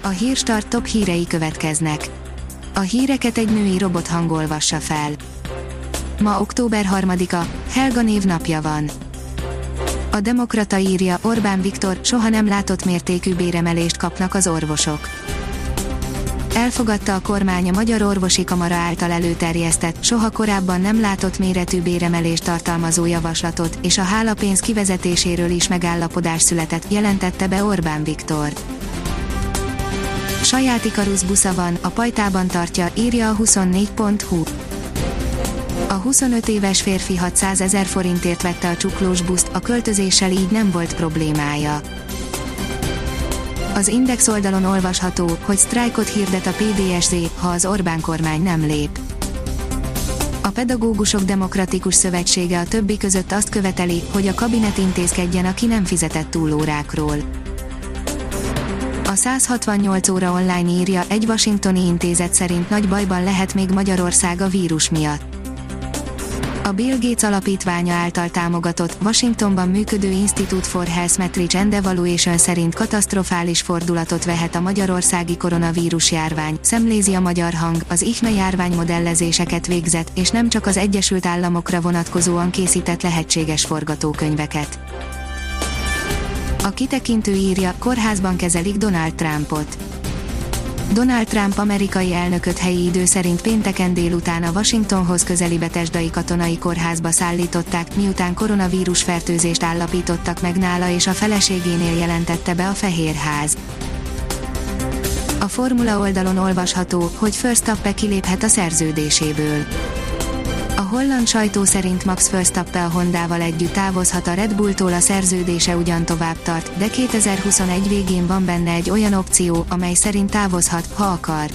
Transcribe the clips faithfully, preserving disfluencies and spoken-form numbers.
A Hírstart top hírei következnek. A híreket egy női robothang olvassa fel. Ma október harmadika, Helga névnapja van. A Demokrata írja, Orbán Viktor, soha nem látott mértékű béremelést kapnak az orvosok. Elfogadta a kormány a Magyar Orvosi Kamara által előterjesztett, soha korábban nem látott méretű béremelést tartalmazó javaslatot, és a hálapénz kivezetéséről is megállapodás született, jelentette be Orbán Viktor. Saját Ikarus busza van, a pajtában tartja, írja a huszonnégy pont hu. A huszonöt éves férfi hatszázezer forintért vette a csuklós buszt, a költözéssel így nem volt problémája. Az Index oldalon olvasható, hogy sztrájkot hirdet a pé dé es zé, ha az Orbán kormány nem lép. A Pedagógusok Demokratikus Szövetsége a többi között azt követeli, hogy a kabinet intézkedjen a ki nem fizetett túlórákról. A száz hatvannyolc óra online írja, egy washingtoni intézet szerint nagy bajban lehet még Magyarország a vírus miatt. A Bill Gates alapítványa által támogatott, Washingtonban működő Institute for Health Metrics and Evaluation szerint katasztrofális fordulatot vehet a magyarországi koronavírus járvány, szemlézi a Magyar Hang, az i há em e járvány modellezéseket végzett, és nem csak az Egyesült Államokra vonatkozóan készített lehetséges forgatókönyveket. A kitekintő írja, kórházban kezelik Donald Trumpot. Donald Trump amerikai elnököt helyi idő szerint pénteken délután a Washingtonhoz közeli Bethesdai katonai kórházba szállították, miután koronavírus fertőzést állapítottak meg nála és a feleségénél, jelentette be a Fehérház. A Formula oldalon olvasható, hogy Verstappen kiléphet a szerződéséből. A holland sajtó szerint Max Verstappen a Hondával együtt távozhat a Red Bulltól, a szerződése ugyan tovább tart, de kétezer-huszonegy végén van benne egy olyan opció, amely szerint távozhat, ha akar.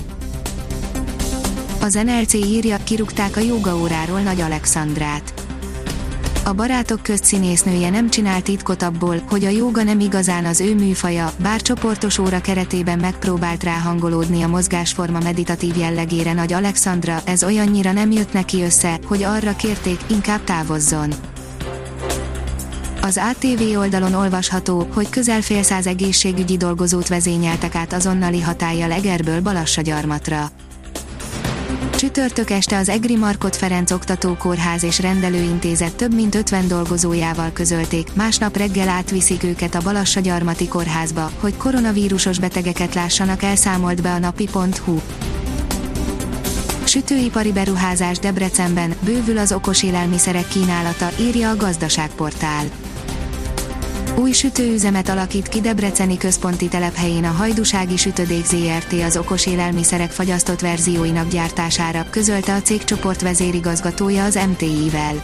Az en el cé írja, kirúgták a jógaóráról Nagy Alexandrát. A Barátok közt színésznője nem csinál titkot abból, hogy a jóga nem igazán az ő műfaja, bár csoportos óra keretében megpróbált ráhangolódni a mozgásforma meditatív jellegére Nagy Alexandra, ez olyannyira nem jött neki össze, hogy arra kérték, inkább távozzon. Az á té vé oldalon olvasható, hogy közel fél száz egészségügyi dolgozót vezényeltek át azonnali hatállyal Egerből Balassagyarmatra. Csütörtök este az Egri Markhot Ferenc Oktatókórház és Rendelőintézet több mint ötven dolgozójával közölték, másnap reggel átviszik őket a Balassagyarmati kórházba, hogy koronavírusos betegeket lássanak el, számolt be a napi pont hu. Sütőipari beruházás Debrecenben, bővül az okos élelmiszerek kínálata, írja a Gazdaságportál. Új sütőüzemet alakít ki debreceni központi telephelyén a Hajdúsági Sütödék zé er té az okos élelmiszerek fagyasztott verzióinak gyártására, közölte a cégcsoport vezérigazgatója az em té i-vel.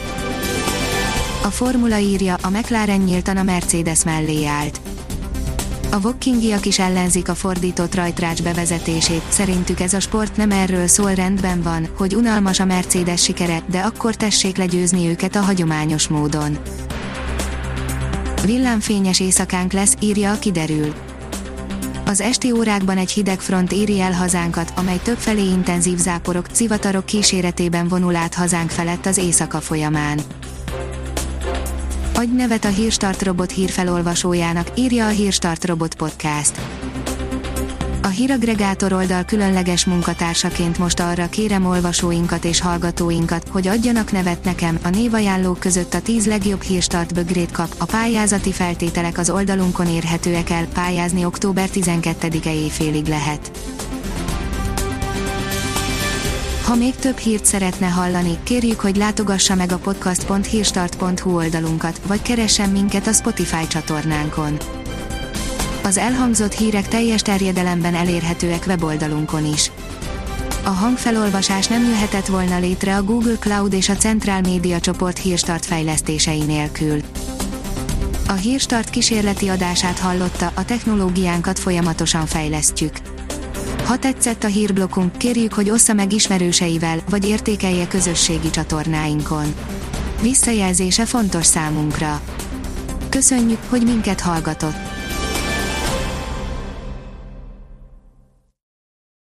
A Formula írja, a McLaren nyíltan a Mercedes mellé állt. A Vokkingiak is ellenzik a fordított rajtrács bevezetését, szerintük ez a sport nem erről szól, rendben van, hogy unalmas a Mercedes sikere, de akkor tessék legyőzni őket a hagyományos módon. Villámfényes éjszakánk lesz, írja a Kiderül. Az esti órákban egy hideg front éri el hazánkat, amely többfelé intenzív záporok, zivatarok kíséretében vonul át hazánk felett az éjszaka folyamán. Adj nevet a Hírstart robot hírfelolvasójának, írja a Hírstart Robot Podcast. A híraggregátor oldal különleges munkatársaként most arra kérem olvasóinkat és hallgatóinkat, hogy adjanak nevet nekem, a névajánlók között a tíz legjobb Hírstart bögrét kap, a pályázati feltételek az oldalunkon érhetőek el, pályázni október tizenkettedike éjfélig lehet. Ha még több hírt szeretne hallani, kérjük, hogy látogassa meg a podcast pont hírstart pont hu oldalunkat, vagy keressen minket a Spotify csatornánkon. Az elhangzott hírek teljes terjedelemben elérhetőek weboldalunkon is. A hangfelolvasás nem jöhetett volna létre a Google Cloud és a Central Media csoport Hírstart fejlesztései nélkül. A Hírstart kísérleti adását hallotta, a technológiánkat folyamatosan fejlesztjük. Ha tetszett a hírblokkunk, kérjük, hogy ossza meg ismerőseivel, vagy értékelje közösségi csatornáinkon. Visszajelzése fontos számunkra. Köszönjük, hogy minket hallgatott!